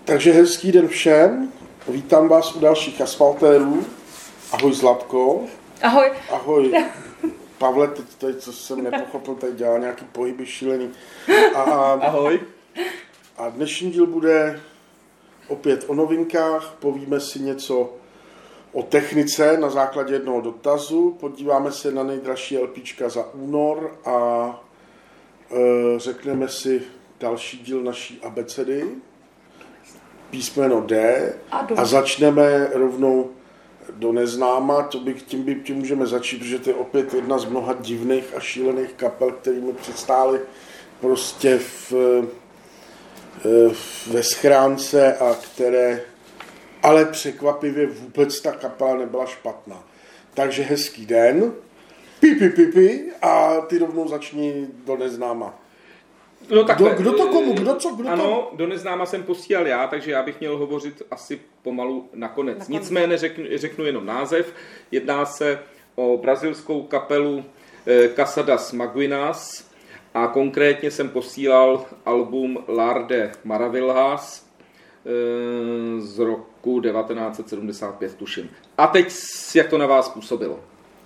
Takže hezký den všem. Vítám vás u dalších asfaltérů. Ahoj Zlatko. Ahoj. Ahoj. Pavle, teď co jsem nepochopil, tady dělá nějaký pohyby šílený. Ahoj. A dnešní díl bude opět o novinkách. Povíme si něco o technice na základě jednoho dotazu. Podíváme se na nejdražší LPčka za únor a řekneme si další díl naší abecedy. Písmeno D a začneme rovnou do neznáma, tím můžeme začít, protože to je opět jedna z mnoha divných a šílených kapel, kterými přistály prostě ve schránce a které, ale překvapivě vůbec ta kapela nebyla špatná. Takže hezký den, pi a ty rovnou začni do neznáma. No takhle, kdo to komu? Kdo ano, do neznáma jsem posílal já, takže já bych měl hovořit asi pomalu nakonec. Nicméně řeknu jenom název. Jedná se o brazilskou kapelu Casa das Maguinas a konkrétně jsem posílal album Lar de Maravilhas z roku 1975, tuším. A teď, jak to na vás působilo?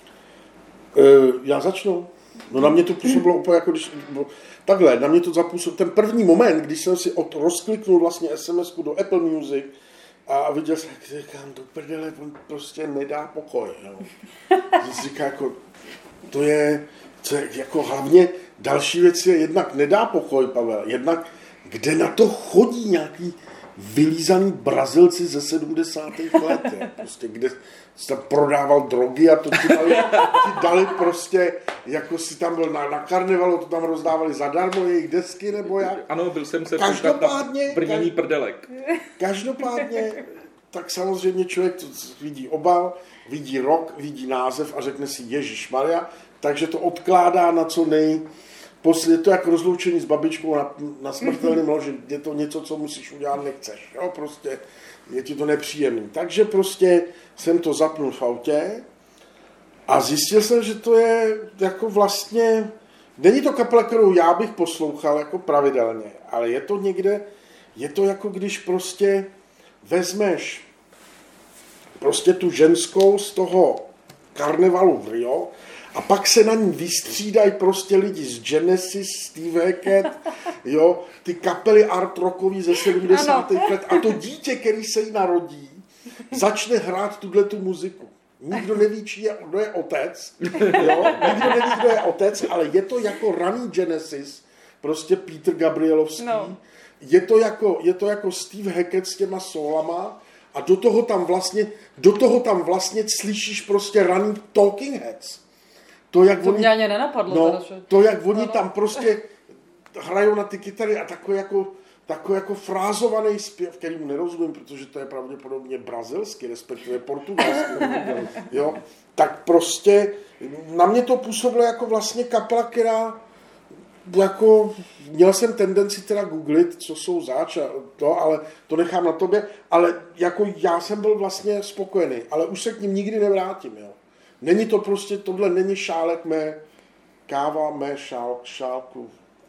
Já začnu. No na mě to působilo úplně jako když... Takhle, na mě to zapůsobilo. Ten první moment, když jsem si rozkliknul vlastně SMS-ku do Apple Music a viděl jsem, jak říkám, do prdele, on prostě nedá pokoj. No. Říká, jako, to je, jako hlavně další věc je, jednak nedá pokoj, Pavel, jednak kde na to chodí nějaký vylízaný Brazilci ze 70. let, je. Prostě kde si tam prodával drogy a to ti dali prostě, jako si tam byl na karnevalu, to tam rozdávali zadarmo jejich desky, nebo jak? Ano, byl jsem se na brnění prdelek. Každopádně, tak samozřejmě člověk vidí obal, vidí rok, vidí název a řekne si Ježišmarja, takže to odkládá na co je to jako rozloučení s babičkou na smrtelném loži. Je to něco, co musíš udělat, nechceš. Jo? Prostě je ti to nepříjemný. Takže prostě jsem to zapnul v autě a zjistil jsem, že to je jako vlastně... Není to kapela, kterou já bych poslouchal jako pravidelně, ale je to někde... Je to jako když prostě vezmeš prostě tu ženskou z toho karnevalu v Rio a pak se na ní vystřídají prostě lidi z Genesis, Steve Hackett, jo, ty kapely art rockový ze 70. let a to dítě, který se jí narodí, začne hrát tu muziku. Nikdo neví, kdo je otec, jo, nikdo neví, kdo je otec, ale je to jako raný Genesis, prostě Peter Gabrielovský, je to jako Steve Hackett s těma solama a do toho tam vlastně slyšíš prostě raný Talking Heads. To mě ani nenapadlo. To, jak oni tam prostě hrajou na ty kytary a takový jako frázovaný zpěv, kterýmu nerozumím, protože to je pravděpodobně brazilský, respektive portugalský. Jo? Tak prostě na mě to působilo jako vlastně kapela, která jako, měl jsem tendenci teda googlit, co jsou zač a to, ale to nechám na tobě, ale jako já jsem byl vlastně spokojený, ale už se k ním nikdy nevrátím, jo. Není to prostě, tohle není šálek mé káva, mé šálku.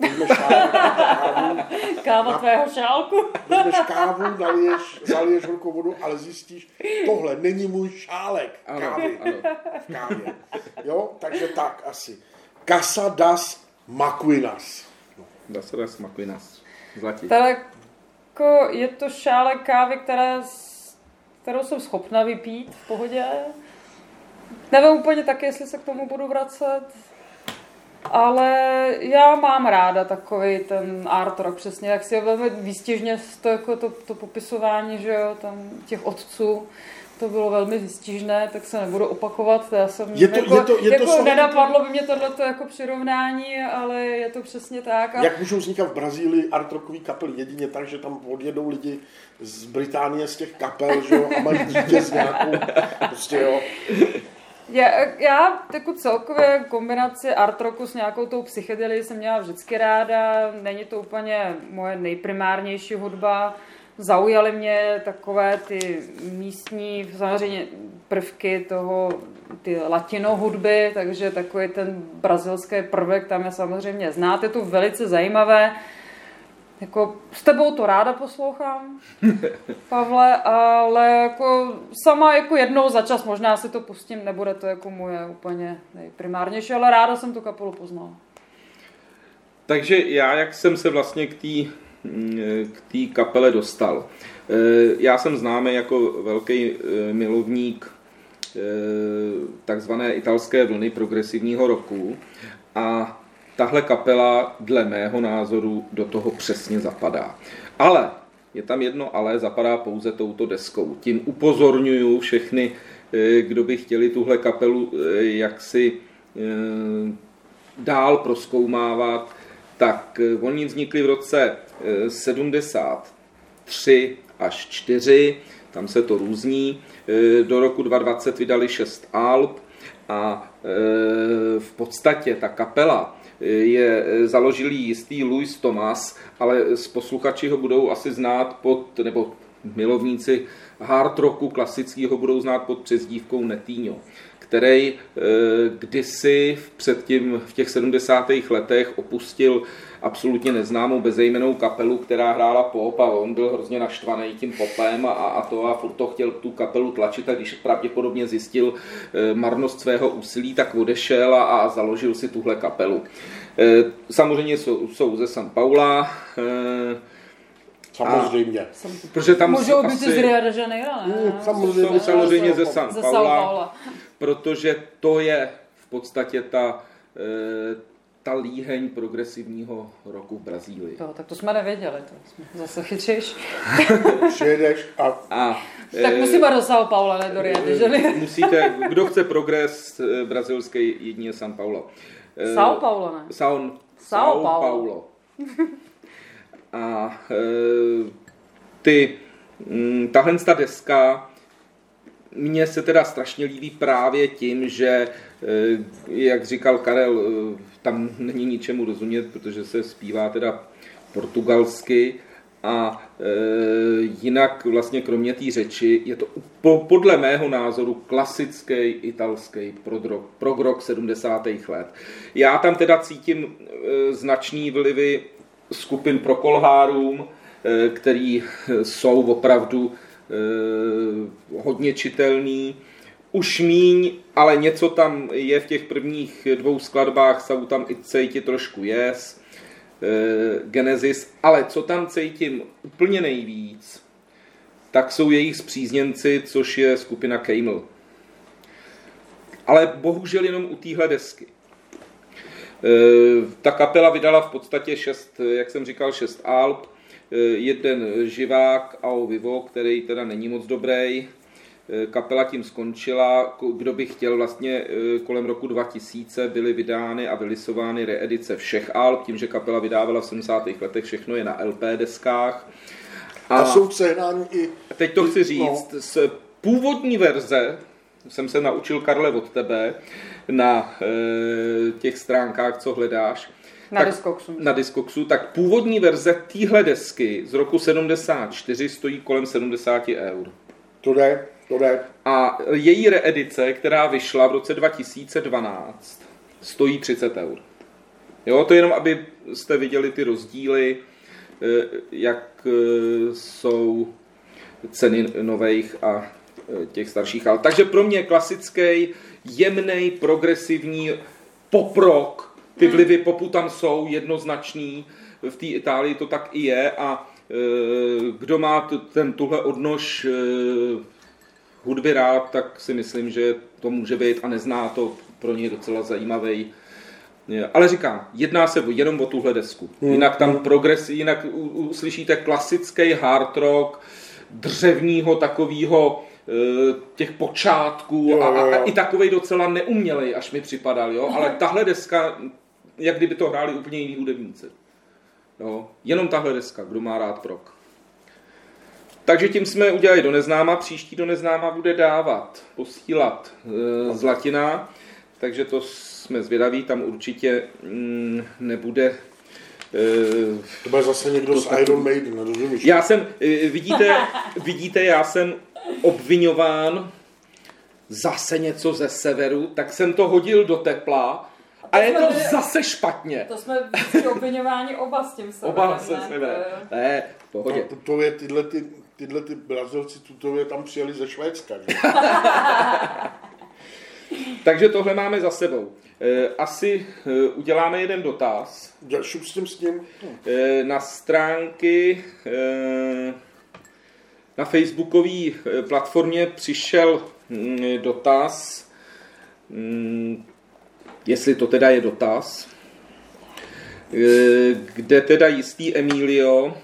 Káva tvého šálku. Vezmeš kávu, zaliješ horkou vodu, ale zjistíš, tohle není můj šálek kávy. Ano. V kávě. Jo, takže tak asi. Casa das Maguinas. Casa das Maguinas. Zlatí. Jako je to šálek kávy, kterou jsem schopna vypít v pohodě. Nevím úplně taky, jestli se k tomu budu vracet, ale já mám ráda takový ten art rock, přesně jak si je velmi výstižně to popisování, že jo, tam těch otců, to bylo velmi výstižné, tak se nebudu opakovat, já jsem nenapadlo by mě tohleto jako přirovnání, ale je to přesně tak. Jak můžou vznikat v Brazílii art rockový kapely jedině tak, že tam odjedou lidi z Británie z těch kapel, že jo, a mají dítě z nějakou, prostě jo. Já jako celkově kombinaci art rocku s nějakou tou psychedelii jsem měla vždycky ráda, není to úplně moje nejprimárnější hudba, zaujaly mě takové ty místní samozřejmě prvky ty latino hudby, takže takový ten brazilský prvek tam je samozřejmě znát, je to velice zajímavé. Jako s tebou to ráda poslouchám, Pavle, ale jako sama jako jednou za čas možná si to pustím, nebude to jako moje úplně nejprimárnější, ale ráda jsem tu kapelu poznala. Takže já, jak jsem se vlastně k té kapele dostal. Já jsem známý jako velký milovník takzvané italské vlny progresivního rocku a tahle kapela dle mého názoru do toho přesně zapadá. Ale, je tam jedno ale, zapadá pouze touto deskou. Tím upozorňuju všechny, kdo by chtěli tuhle kapelu jaksi dál prozkoumávat, tak oni vznikli v roce 73 až 4, tam se to různí. Do roku 2020 vydali 6 alb a v podstatě ta kapela založil jistý Louis Thomas, ale s posluchači ho budou asi znát nebo milovníci hard rocku klasického budou znát pod přezdívkou Netinho, který kdysi v těch 70. letech opustil absolutně neznámou bezejmennou kapelu, která hrála pop a on byl hrozně naštvaný tím popem a furt to chtěl tu kapelu tlačit a když pravděpodobně zjistil marnost svého úsilí, tak odešel a založil si tuhle kapelu. Samozřejmě jsou ze San Paula. Samozřejmě. Protože tam můžou být z Rio de Janeiro, ne? Jsou samozřejmě ze San Paula, protože to je v podstatě ta líheň progresivního roku v Brazílii. Tak to jsme nevěděli, to jsme zase chytřejší. Přijedeš tak musíme do São Paula, ne do Rio de Janeiro. Musíte, kdo chce progres brazilský, jedině São Paulo. São Paulo, ne? São Paulo. A tahle deska mně se teda strašně líbí právě tím, že, jak říkal Karel, tam není ničemu rozumět, protože se zpívá teda portugalsky a jinak vlastně kromě té řeči je to podle mého názoru klasický italský prog rock 70. let. Já tam teda cítím značný vlivy skupin Procol Harum, který jsou opravdu hodně čitelný. Už míň, ale něco tam je v těch prvních 2 skladbách, jsou tam i cítit trošku Yes, Genesis, ale co tam cítím úplně nejvíc, tak jsou jejich spřízněnci, což je skupina Camel. Ale bohužel jenom u téhle desky. Ta kapela vydala v podstatě 6, jak jsem říkal, 6 alb, jeden živák Ao Vivo, který teda není moc dobrý. Kapela tím skončila. Kdo by chtěl, vlastně kolem roku 2000 byly vydány a vylisovány reedice všech alb, tím, že kapela vydávala v 70. letech, všechno je na LP deskách. A jsou sehnání i... Teď to chci říct, z původní verze, jsem se naučil, Karle, od tebe, na těch stránkách, co hledáš, na Discogsu, tak původní verze téhle desky z roku 74 stojí kolem 70 €. To jde. A její reedice, která vyšla v roce 2012, stojí 30 €. Jo, to jenom, abyste viděli ty rozdíly, jak jsou ceny nových a těch starších. Takže pro mě klasický, jemnej, progresivní pop-rock, ty vlivy popu tam jsou jednoznačný, v té Itálii to tak i je a kdo má tuhle odnož hudby rád, tak si myslím, že to může být a nezná to, pro něj docela zajímavý. Ale říkám, jedná se jenom o tuhle desku. Jinak tam jinak uslyšíte klasický hard rock, dřevního takového těch počátků a i takovej docela neumělej, až mi připadal, jo? Ale tahle deska, jak kdyby to hráli úplně jiný hudebníci. Jo? Jenom tahle deska, kdo má rád prog. Takže tím jsme udělali Do neznáma, příští Do neznáma bude posílat Zlatina, takže to jsme zvědaví, tam určitě nebude... To bude zase někdo z Iron Maiden, nerozumíš? Já jsem, vidíte, já jsem obviňován zase něco ze severu, tak jsem to hodil do tepla A je to zase špatně. To jsme vždycky obviňováni oba s tím severem. Oba se severem. Ne, v pohodě. Tutově, tyhle ty Brazilci tutově tam přijeli ze Švédska. Takže tohle máme za sebou. Asi uděláme jeden dotaz. Šup s tím. Na stránky na facebookové platformě přišel dotaz, jestli to teda je dotaz, kde teda jistý Emilio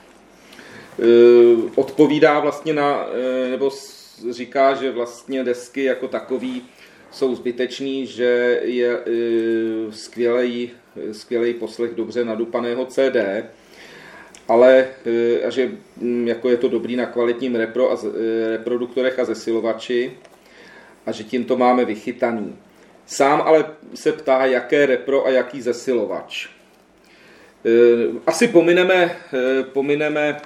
odpovídá vlastně nebo říká, že vlastně desky jako takový jsou zbytečný, že je skvělej poslech dobře nadupaného CD, ale a že jako je to dobrý na kvalitním reproduktorech a zesilovači a že tím to máme vychytaný. Sám ale se ptá, jaké repro a jaký zesilovač. Asi pomineme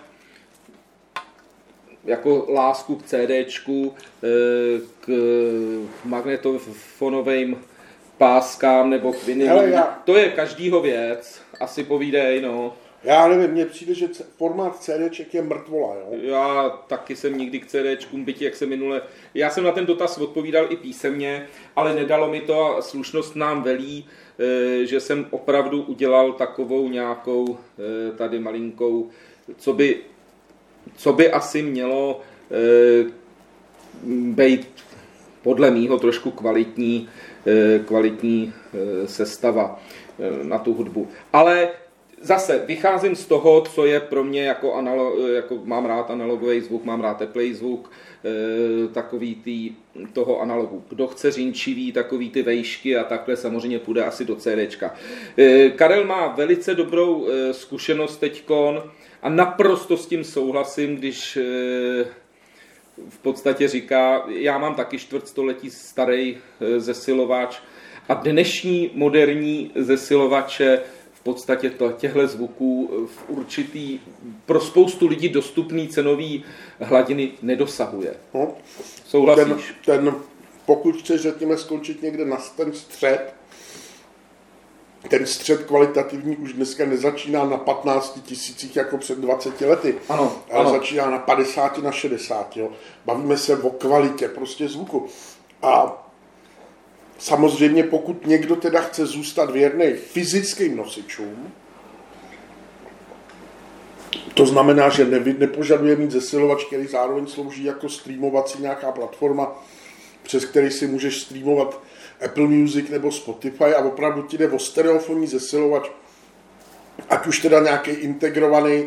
jako lásku k CDčku, k magnetofonovým páskám nebo k vinylům. To je každýho věc. Asi povídej, no. Já nevím, mně přijde, že formát CDček je mrtvola, jo? Já taky jsem nikdy k CDčkům, byť jak se minule... Já jsem na ten dotaz odpovídal i písemně, ale nedalo mi to a slušnost nám velí, že jsem opravdu udělal takovou nějakou tady malinkou, co by asi mělo být podle mýho trošku kvalitní sestava na tu hudbu. Ale zase vycházím z toho, co je pro mě jako mám rád analogový zvuk, mám rád teplej zvuk, takový toho analogu. Kdo chce řinčivý, takový ty vejšky a takhle samozřejmě půjde asi do CDčka. Karel má velice dobrou zkušenost teďkon a naprosto s tím souhlasím, když v podstatě říká, já mám taky čtvrtstoletí starý zesilovač a dnešní moderní zesilovače v podstatě těchto zvuků v určitý, pro spoustu lidí dostupný cenový hladiny nedosahuje. No, souhlasíš? Pokud chceš, řekněme, skončit někde na ten střed kvalitativní už dneska nezačíná na 15 tisících jako před 20 lety, ale začíná na 50, na 60. Jo. Bavíme se o kvalitě prostě zvuku. A samozřejmě pokud někdo teda chce zůstat věrný fyzickým nosičům, to znamená, že nepožaduje mít zesilovač, který zároveň slouží jako streamovací nějaká platforma, přes který si můžeš streamovat Apple Music nebo Spotify a opravdu ti jde o stereofonní zesilovač, ať už teda nějaký integrovaný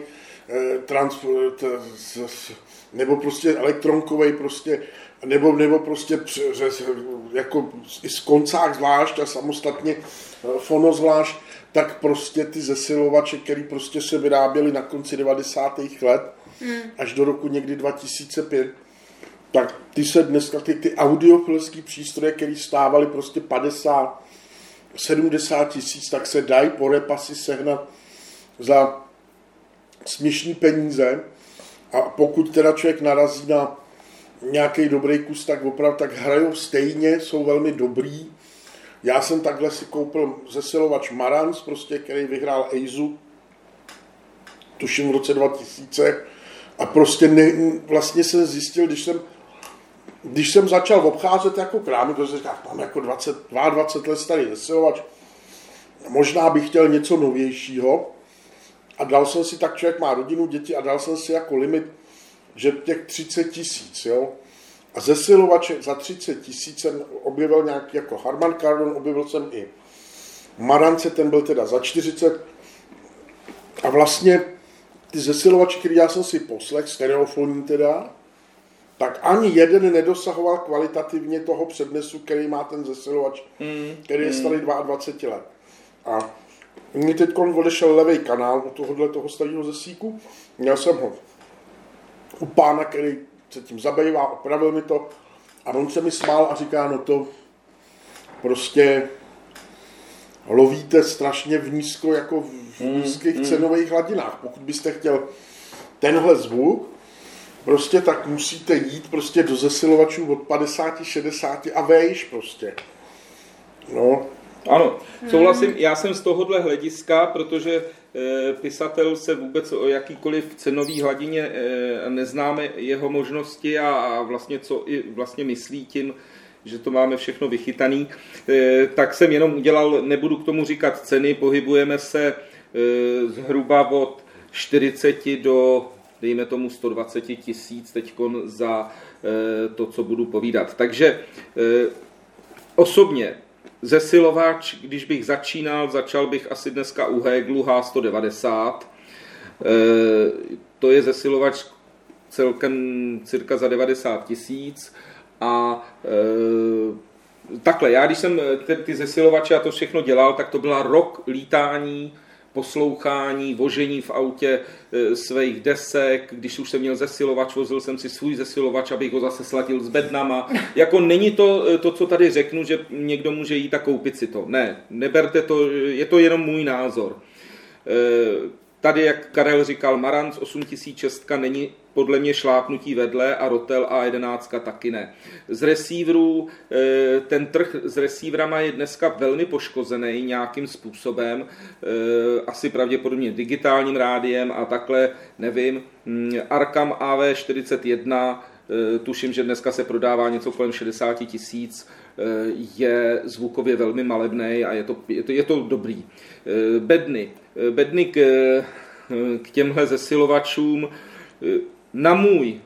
nebo prostě elektronkový prostě, nebo prostě jako i z koncák zvlášť a samostatně fono zvlášť, tak prostě ty zesilovače, které prostě se vyráběly na konci 90. let až do roku někdy 2005, tak ty se dneska, ty audiofilský přístroje, které stávaly prostě 50, 70 tisíc, tak se dají po repasi sehnat za směšný peníze a pokud teda člověk narazí na nějaký dobrý kus, tak opravdu tak hrajou stejně, jsou velmi dobrý. Já jsem takhle si koupil zesilovač Marantz, prostě, který vyhrál EIZU, tuším v roce 2000 a prostě vlastně jsem zjistil, když jsem začal obcházet jako krámy, to se říká, mám jako 22 let starý zesilovač, možná bych chtěl něco novějšího a dal jsem si, tak člověk má rodinu, děti a dal jsem si jako limit, že těch 30 tisíc, jo. A zesilovače za 30 tisíc jsem objevil nějaký jako Harman Kardon, objevil jsem i Marantze, ten byl teda za 40 a vlastně ty zesilovače, který já jsem si poslech, stereofonní teda, tak ani jeden nedosahoval kvalitativně toho přednesu, který má ten zesilovač, který je starý 22 let. A mě teď odešel levý kanál od toho starého zesíku, měl jsem ho u pána, který se tím zabývá, opravil mi to a on se mi smál a říká, no to prostě lovíte strašně v nízko, jako v nízkých cenových hladinách. Pokud byste chtěl tenhle zvuk, prostě tak musíte jít prostě do zesilovačů od 50, 60 a vejš prostě. No, Ano, souhlasím. Já jsem z tohohle hlediska, protože pisatel se vůbec o jakýkoliv cenový hladině neznáme jeho možnosti a vlastně co i vlastně myslí tím, že to máme všechno vychytaný, tak jsem jenom udělal, nebudu k tomu říkat ceny, pohybujeme se zhruba od 40 do, dejme tomu, 120 tisíc teďkon za to, co budu povídat. Takže osobně zesilovač, když bych začal bych asi dneska u Heglu H190. To je zesilovač celkem cirka za 90 tisíc. A takhle, já když jsem ty zesilovače a to všechno dělal, tak to byla rok lítání, poslouchání, vožení v autě svých desek. Když už jsem měl zesilovač, vozil jsem si svůj zesilovač, abych ho zase sladil s bednama. Jako není to, co tady řeknu, že někdo může jít a koupit si to. Ne, neberte to, je to jenom můj názor. Tady, jak Karel říkal, Marantz 8006 není podle mě šlápnutí vedle a Rotel A11 taky ne. Z receiverů, ten trh s receiverama je dneska velmi poškozený nějakým způsobem, asi pravděpodobně digitálním rádiem a takhle, nevím. Arkham AV41, tuším, že dneska se prodává něco kolem 60 tisíc, je zvukově velmi malebný a je to dobrý. Bedny k těmhle zesilovačům na můj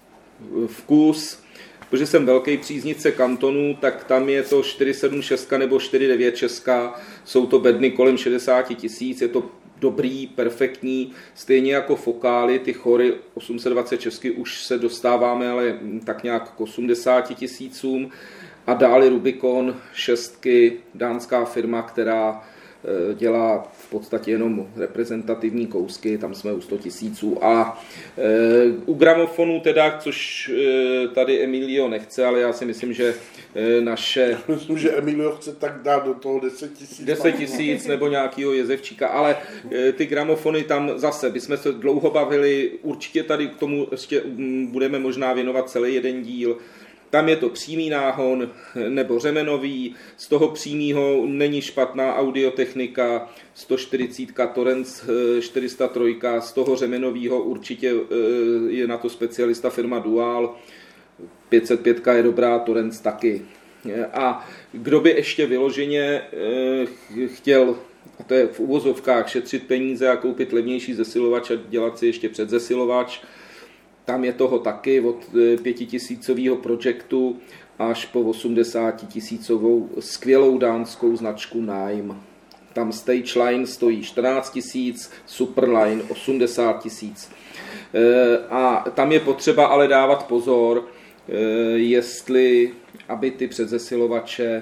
vkus, protože jsem velký příznivce Kantonů, tak tam je to 476 nebo 496, jsou to bedny kolem 60 tisíc, je to dobrý, perfektní, stejně jako Fokály, ty Chory 826 už se dostáváme, ale tak nějak k 80 tisícům a dále Rubicon 6, dánská firma, která dělá v podstatě jenom reprezentativní kousky, tam jsme u 100 tisíců. A u gramofonu teda, což tady Emilio nechce, ale já si myslím, že naše... Myslím, že Emilio chce tak dát do toho 10 tisíc. 10 tisíc nebo nějakýho jezevčíka, ale ty gramofony tam zase, bychom se dlouho bavili, určitě tady k tomu ještě budeme možná věnovat celý jeden díl. Tam je to přímý náhon nebo řemenový, z toho přímýho není špatná audiotechnika, 140 Torrens 403, z toho řemenovýho určitě je na to specialista firma Dual, 505 je dobrá, Torrens taky. A kdo by ještě vyloženě chtěl, a to je v uvozovkách, šetřit peníze a koupit levnější zesilovač a dělat si ještě předzesilovač, tam je toho taky od 5000 projektu až po 80 000 skvělou dánskou značku Nime. Tam Stage Line stojí 14 000, Superline 80 000. A tam je potřeba ale dávat pozor, jestli, aby ty předzesilovače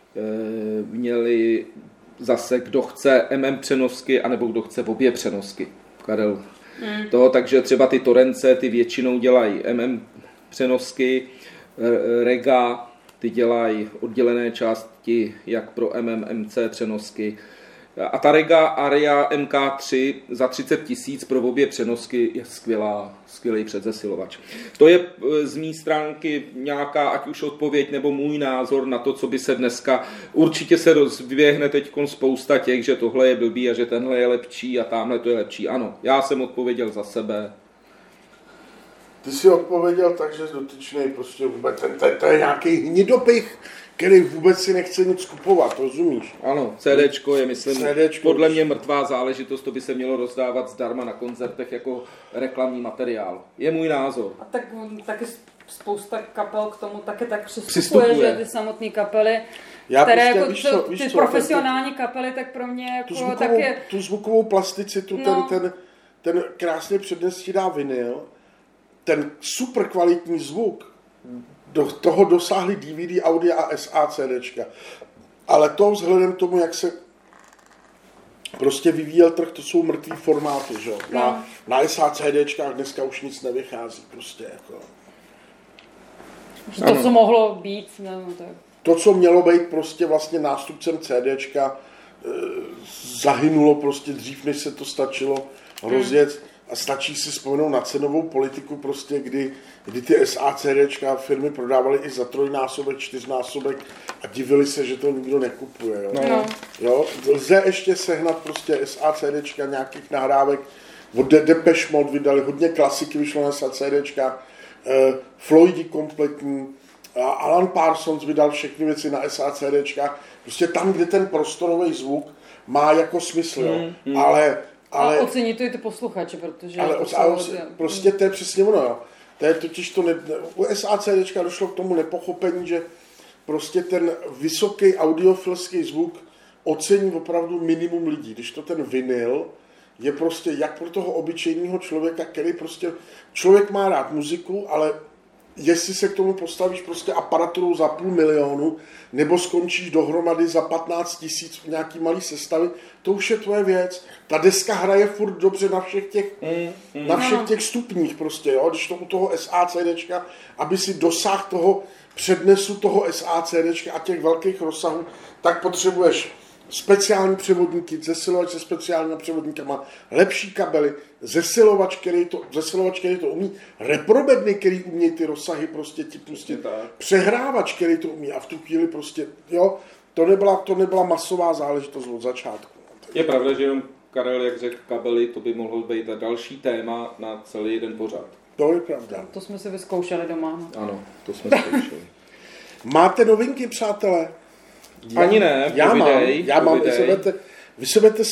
měli zase, kdo chce přenosky, anebo kdo chce obě přenosky. Karel. Takže třeba ty Torrence, ty většinou dělají přenosky, Rega, ty dělají oddělené části jak pro MC přenosky. A ta Rega Aria MK3 za 30 000 pro obě přenosky je skvělý předzesilovač. To je z mý stránky nějaká, ať už odpověď nebo můj názor na to, co by se dneska, určitě se rozběhne teď spousta těch, že tohle je blbý a že tenhle je lepší a tamhle to je lepší. Ano, já jsem odpověděl za sebe. Ty jsi odpověděl tak, že dotyčnej prostě vůbec, to je nějaký hnidopich, který vůbec si nechce nic kupovat, rozumíš? Ano, CDčko je, myslím, podle mě mrtvá záležitost, to by se mělo rozdávat zdarma na koncertech jako reklamní materiál. Je můj názor. A tak taky spousta kapel k tomu taky tak přistupuje, že ty samotné kapely, které prostě, jako ty profesionální kapely, tak pro mě jako taky... Tu zvukovou plasticitu, ten krásně přednestí dá vinyl, ten super kvalitní zvuk, do toho dosáhly DVD, Audio a SA CDčka. Ale to vzhledem k tomu, jak se prostě vyvíjel trh, to jsou mrtvý formáty, že? Na SA CDčkách dneska už nic nevychází, prostě jako. To, co mohlo být, To, co mělo být prostě vlastně nástupcem CDčka, zahynulo prostě dřív, než se to stačilo rozjet. a stačí si vzpomenout na cenovou politiku, prostě, kdy ty SACDčka firmy prodávaly i za 3násobek, 4násobek a divili se, že to nikdo nekupuje. Jo? No. Jo? Lze ještě sehnat prostě SACDčka nějakých nahrávek. Od Depeche Mode vydali hodně klasiky, vyšlo na SACDčka, Floydi kompletní, Alan Parsons vydal všechny věci na SACDčka. Prostě tam, kde ten prostorový zvuk má jako smysl, jo? Ale a ocení to i ty posluchače, protože... prostě to je přesně ono, jo. To je totiž to... U SACDčka došlo k tomu nepochopení, že prostě ten vysoký audiofilský zvuk ocení opravdu minimum lidí. Když to ten vinyl je prostě jak pro toho obyčejného člověka, který prostě... Člověk má rád muziku, ale jestli se k tomu postavíš prostě aparaturou za 500 000 nebo skončíš dohromady za 15 000 v nějaký malý sestavy, to už je tvoje věc. Ta deska hraje furt dobře na všech těch stupních prostě, jo? Když to u toho SACDčka, aby si dosáhl toho přednesu toho SACDčka a těch velkých rozsahů, tak potřebuješ speciální převodníky, zesilovač se speciálními převodníkama, lepší kabely, zesilovač, který to umí, reprobedny, který umí ty rozsahy prostě přehrávač, který to umí a v tu chvíli prostě, jo, to nebyla masová záležitost od začátku. Je pravda, že jenom Karel, jak řekl kabely, to by mohlo být další téma na celý jeden pořad. To je pravda. To jsme si vyzkoušeli doma. Ano, to jsme zkoušeli. Máte novinky, přátelé? Ani ne, já mám, vy se budete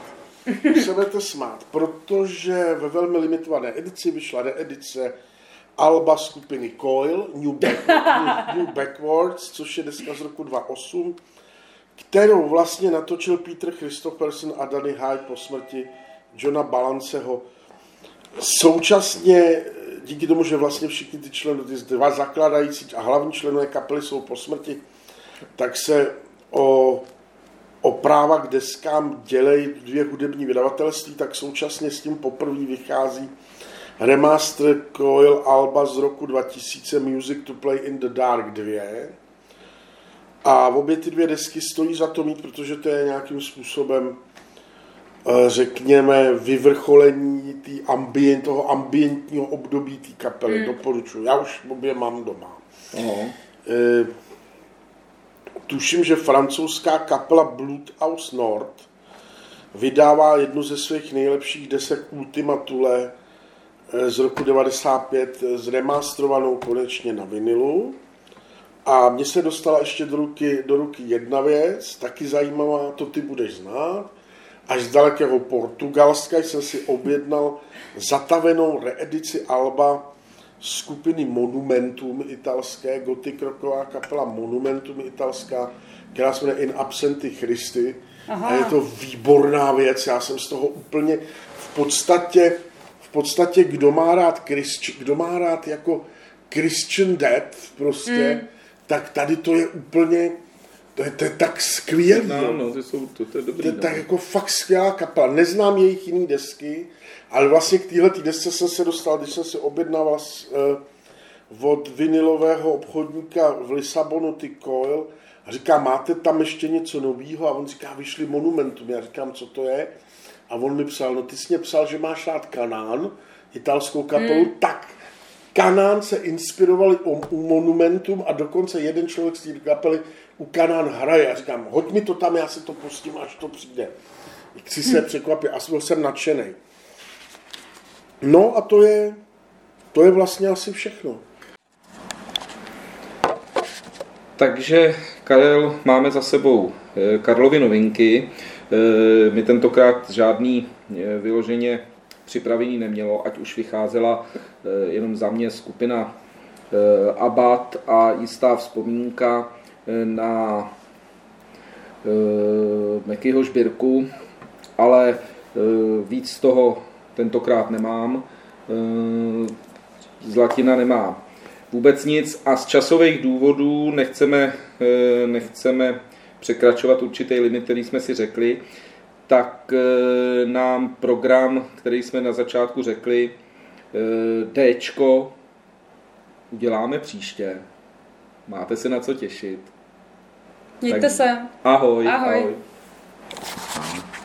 smát, protože ve velmi limitované edici vyšla reedice alba skupiny Coil, New Backwards, což je deska z roku 2008, kterou vlastně natočil Peter Christopherson a Danny Hyde po smrti Johna Balanceho. Současně díky tomu, že vlastně všichni ty členové, ty dva zakladající a hlavní členové kapely jsou po smrti, tak se o práva k deskám dělejí 2 hudební vydavatelství, tak současně s tím poprvé vychází remaster Coil alba z roku 2000 Music to Play in the Dark 2. A obě ty 2 desky stojí za to mít, protože to je nějakým způsobem, řekněme, vyvrcholení toho ambientního období té kapely. Doporučuji. Já už obě mám doma. Tuším, že francouzská kapela Bloodhouse North vydává jednu ze svých nejlepších desek Ultima Thule z roku 95 zremastrovanou konečně na vinilu. A mně se dostala ještě do ruky jedna věc, taky zajímavá, to ty budeš znát. Až z dalekého Portugalska jsem si objednal zatavenou reedici alba skupiny Monumentum italské, gothic rocková kapela Monumentum italská, která se jmenuje In Absenti Christi. Aha. A je to výborná věc, já jsem z toho úplně v podstatě kdo má rád jako Christian Death prostě, tak tady to je úplně, to je tak skvělý. No, to je dobrý. To je tak jako fakt skvělá kapela. Neznám jejich jiný desky, ale vlastně k téhletý desce jsem se dostal, když jsem si objednával od vinilového obchodníka v Lisabonu ty Coil a říká, máte tam ještě něco novýho? A on říká, vyšli Monumentum. Já říkám, co to je? A on mi psal, no ty jsi mě psal, že máš rád Kanán, italskou kapelu, tak Kanán se inspirovali u Monumentum a dokonce jeden člověk z té kapely u Kanán hraje. Já říkám, hoď mi to tam, já si to pustím, až to přijde. Chci se překvapit a byl jsem nadšenej. No a to je vlastně asi všechno. Takže, Karel, máme za sebou Karlovy novinky. My tentokrát žádný vyloženě připravený nemělo, ať už vycházela jenom za mě skupina Abbat a jistá vzpomínka na Mekyho sbírku, ale víc z toho tentokrát nemám. Zlatina nemá vůbec nic a z časových důvodů nechceme překračovat určitý limit, který jsme si řekli, tak nám program, který jsme na začátku řekli, Dčko, uděláme příště. Máte se na co těšit. Mějte se. Ahoj. Ahoj.